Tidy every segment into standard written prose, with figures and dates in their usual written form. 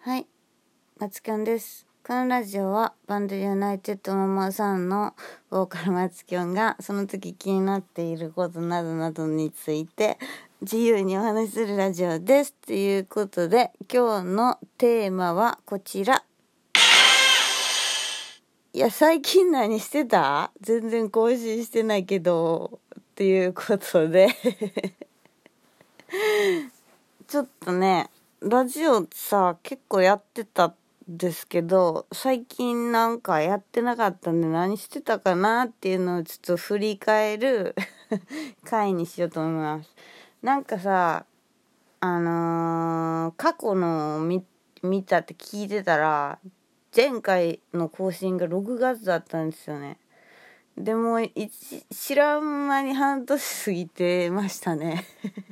はい、マツキョンです。このラジオはバンドユナイテッドママさんのボーカルマツキョンがその時気になっていることなどなどについて自由にお話しするラジオです。ということで今日のテーマはこちら。いや、最近何してた？全然更新してないけどっていうことでちょっとね、ラジオさ結構やってたんですけど、最近なんかやってなかったんで何してたかなっていうのをちょっと振り返る回にしようと思います。なんかさ、過去の見たって聞いてたら、前回の更新が6月だったんですよね。でも知らん間に半年過ぎてましたね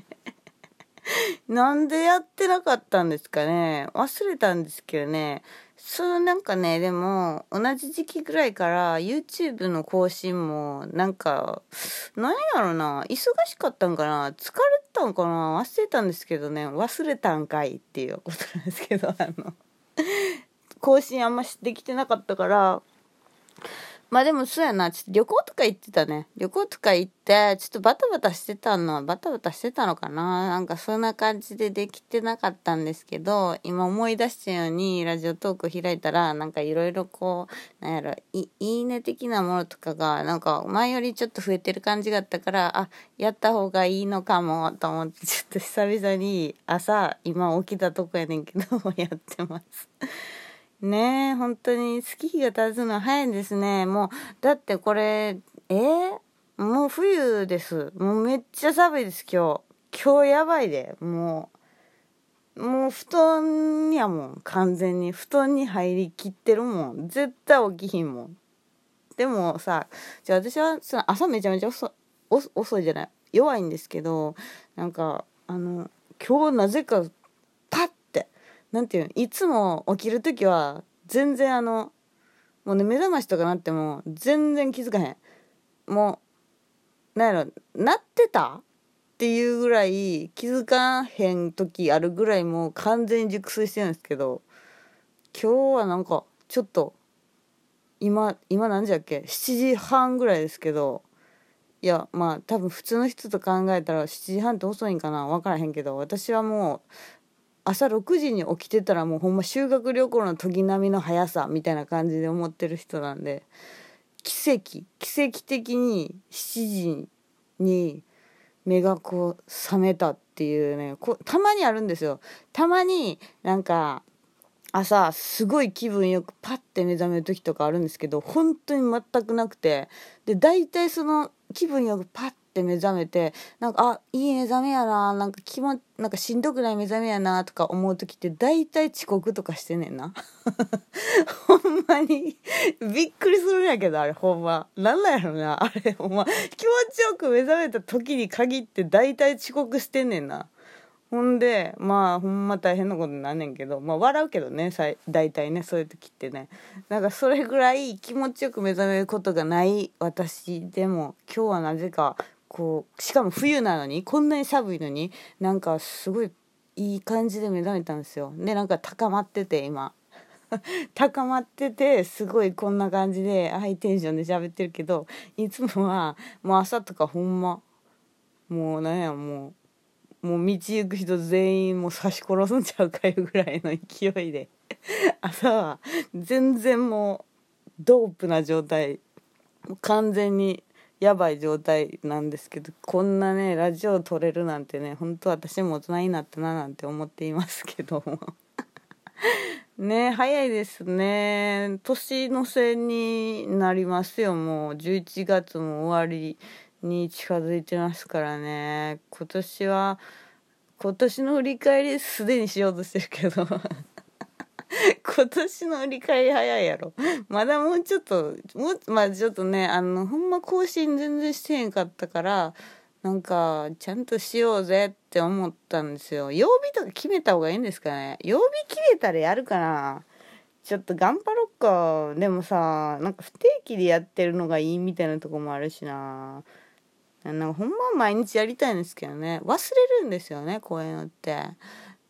なんでやってなかったんですかね。忘れたんですけどね。なんかね、でも同じ時期ぐらいから YouTube の更新もなんか何やろな、忙しかったんかな、疲れたんかな、忘れたんですけどね。忘れたんかいっていうことなんですけど、更新あんまできてなかったから。まあでもそうやな、ちょっと旅行とか行ってたね。旅行とか行って、ちょっとバタバタしてたのかな。なんかそんな感じでできてなかったんですけど、今思い出したようにラジオトーク開いたら、なんかいろいろこう、なんやろ、いいね的なものとかが、なんか前よりちょっと増えてる感じがあったから、あ、やった方がいいのかも、と思って、ちょっと久々に朝、今起きたとこやねんけど、やってます。ねえ、本当に月日が経つのは早いんですね。もう、だってこれ、もう冬です。もうめっちゃ寒いです、今日。今日やばいで。もう布団やもん、完全に。布団に入りきってるもん。絶対起きひんもん。でもさ、じゃあ私は朝めちゃめちゃ遅いじゃない。弱いんですけど、なんか、今日なぜかパッて、なんていうの、いつも起きるときは全然もうね、目覚ましとかなっても全然気づかへん。もうなんやろ、なってたっていうぐらい気づかへん時あるぐらい、もう完全に熟睡してるんですけど、今日はなんかちょっと今何時だっけ、7時半ぐらいですけど、いやまあ多分普通の人と考えたら7時半って遅いんかな、分からへんけど、私はもう朝6時に起きてたらもうほんま修学旅行の時並みの速さみたいな感じで思ってる人なんで、奇跡的に7時に目がこう覚めたっていうね、たまにあるんですよ。たまになんか朝すごい気分よくパッて目覚める時とかあるんですけど、本当に全くなくて、で大体その気分よくパッて目覚めて、なんかいい目覚めやな、なんかなんかしんどくない目覚めやなとか思う時って大体遅刻とかしてんねんなほんまにびっくりするんやけど、あれほんまなんなんやろな、あれほんま気持ちよく目覚めた時に限って大体遅刻してんねんな。ほんでまあほんま大変なことになんねんけど、まあ笑うけどね、大体ね、そういう時ってね、なんかそれぐらい気持ちよく目覚めることがない私でも、今日はなぜかこう、しかも冬なのにこんなに寒いのに、なんかすごいいい感じで目覚めたんですよ。でなんか高まってて今高まってて、すごいこんな感じでハイテンションで喋ってるけど、いつもはもう朝とかほんまもうなんや、もう道行く人全員もう刺し殺すんちゃうかいうぐらいの勢いで朝は全然もうドープな状態、もう完全にやばい状態なんですけど、こんなねラジオ撮れるなんてね、本当私も大人になったななんて思っていますけどもね、早いですね。年の瀬になりますよ。もう11月も終わりに近づいてますからね。今年の振り返りすでにしようとしてるけど今年の振り返り早いやろ。まだもうちょっと、まあちょっとね、ほんま更新全然してへんかったから、なんかちゃんとしようぜって思ったんですよ。曜日とか決めた方がいいんですかね。曜日決めたらやるかな。ちょっと頑張ろっか。でもさ、なんか不定期でやってるのがいいみたいなとこもあるしな。なんかほんまは毎日やりたいんですけどね、忘れるんですよね、こういうのって。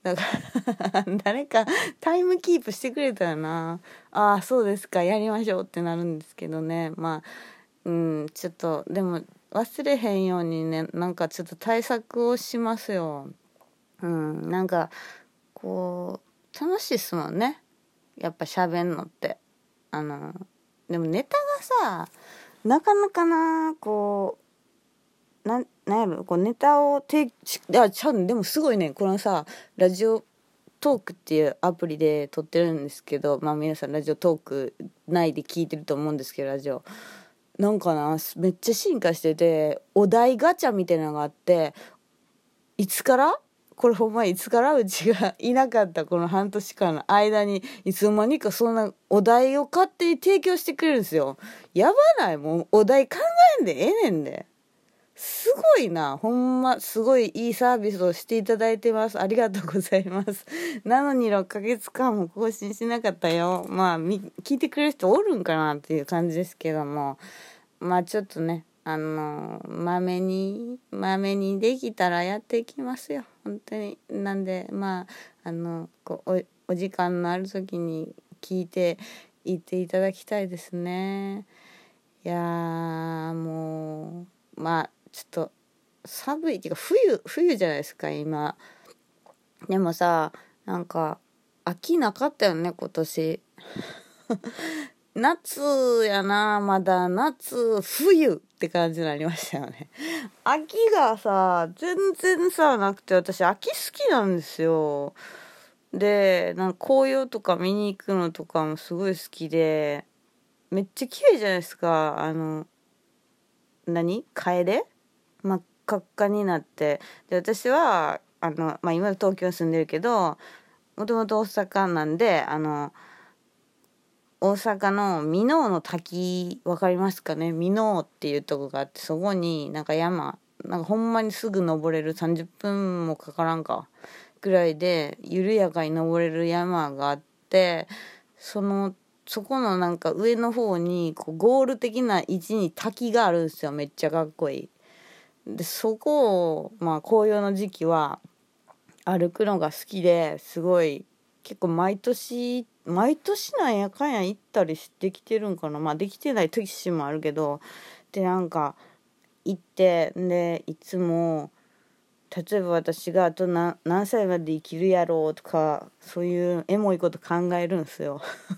だから誰かタイムキープしてくれたらな、ああそうですかやりましょうってなるんですけどね。まあちょっとでも忘れへんようにね、なんかちょっと対策をしますよ。なんかこう楽しいっすもんね、やっぱ喋んのって。でもネタがさ、なかなかな、こうなんやろ、こうネタをでもすごいね、このさラジオトークっていうアプリで撮ってるんですけど、まあ皆さんラジオトーク内で聞いてると思うんですけど、ラジオなんかな、めっちゃ進化してて、お題ガチャみたいなのがあって、いつからこれほんまいつからうちがいなかったこの半年間の間にいつの間にかそんなお題を勝手に提供してくれるんですよ。やばない？もうお題考えんでええねんで。すごいな、ほんますごいいいサービスをしていただいてます。ありがとうございます。なのに6ヶ月間も更新しなかったよ。まあ聞いてくれる人おるんかなっていう感じですけども、まあちょっとね、まめにできたらやっていきますよ、本当に。なんでまあお時間のある時に聞いていっていただきたいですね。いやーもうまあちょっと寒いっていうか冬じゃないですか今。でもさ、なんか秋なかったよね今年。夏やな、まだ冬って感じになりましたよね。秋がさ全然さなくて、私秋好きなんですよ。でなんか紅葉とか見に行くのとかもすごい好きで、めっちゃ綺麗じゃないですか。楓真っ赤っかになって。で私は今東京に住んでるけど、もともと大阪なんで、大阪の箕面の滝わかりますかね。箕面っていうとこがあって、そこになんか山、なんかほんまにすぐ登れる、30分もかからんかぐらいで緩やかに登れる山があって、そこのなんか上の方にこうゴール的な位置に滝があるんですよ。めっちゃかっこいい。でそこをまあ紅葉の時期は歩くのが好きで、すごい結構毎年なんやかんや行ったりしてきてるんかな。まあできてない時もあるけど、でなんか行って、でいつも例えば私があと何歳まで生きるやろうとか、そういうエモいこと考えるんですよ。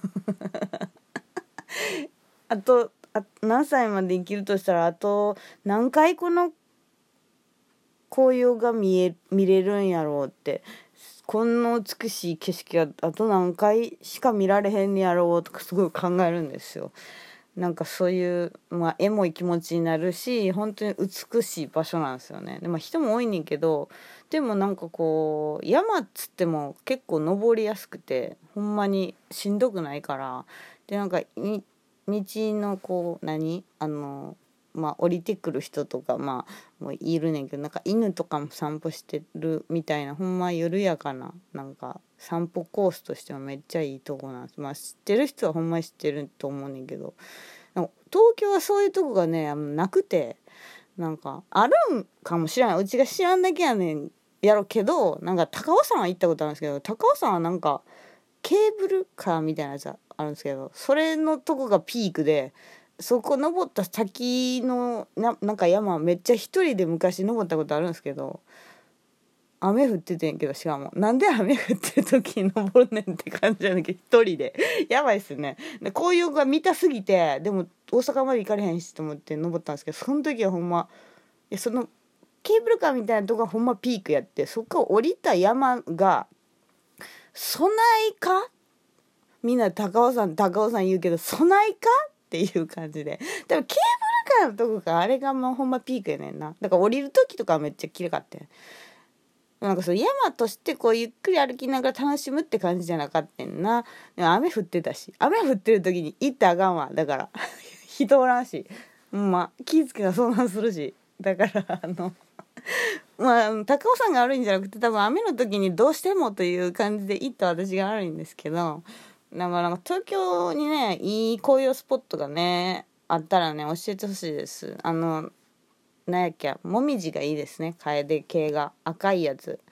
何歳まで生きるとしたら、あと何回この紅葉が見れるんやろうって、こんな美しい景色があと何回しか見られへんやろうとかすごい考えるんですよ。なんかそういう、まあ、エモい気持ちになるし、本当に美しい場所なんですよね。で、まあ、人も多いねんけど、でもなんかこう山っつっても結構登りやすくて、ほんまにしんどくないから。でなんか道のこうまあ降りてくる人とかまあもういるねんけど、なんか犬とかも散歩してるみたいな、ほんま緩やかななんか散歩コースとしてはめっちゃいいとこなんです。まあ知ってる人はほんまに知ってると思うねんけど、なんか東京はそういうとこがねなくて、なんかあるんかもしれない、うちが知らんだけやねんやろけど、なんか高尾山は行ったことあるんですけど、高尾山はなんかケーブルカーみたいなやつあるんですけど、それのとこがピークで、そこ登った先のなんか山めっちゃ一人で昔登ったことあるんですけど、雨降っててんけど、しかもなんで雨降ってる時に登るねんって感じなんだけど、一人でやばいっすね。で紅葉が見たすぎて、でも大阪まで行かれへんしと思って登ったんですけど、その時はほんまそのケーブルカーみたいなとこがほんまピークやって、そこから降りた山が備えか、みんな高尾山言うけど、備えかっていう感じで、でもケーブルカーのとこがあれがもうほんまピークやねんな。だから降りる時とかはめっちゃ綺麗かったよ。なんかそう山としてこうゆっくり歩きながら楽しむって感じじゃなかったんな。でも雨降ってたし、雨降ってる時に行ったらあかんわ。だから人おらんし、まあ気ぃつけたら遭難するし、だからまあ高尾山が悪いんじゃなくて、多分雨の時にどうしてもという感じで行った私が悪いんですけど、なんか東京にねいい紅葉スポットがねあったらね教えてほしいです。なんやっけ、もみじがいいですね。楓系が赤いやつ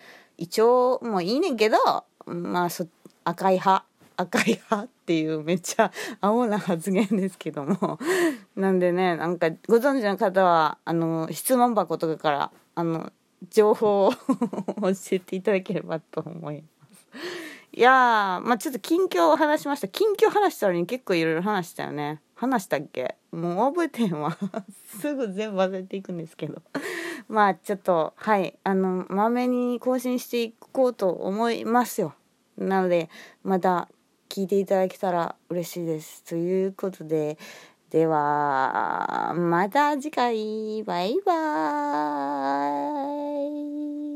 一応もういいねんけど、まあ赤い派っていうめっちゃ青な発言ですけどもなんでね、なんかご存知の方は質問箱とかから情報を教えていただければと思います。いやー、まあちょっと近況を話しました。近況話したのに結構いろいろ話したよね。話したっけ、もう覚えてへんわすぐ全部忘れていくんですけどまあちょっとはいまめに更新していこうと思いますよ。なのでまた聞いていただけたら嬉しいです。ということで、ではまた次回、バイバーイ。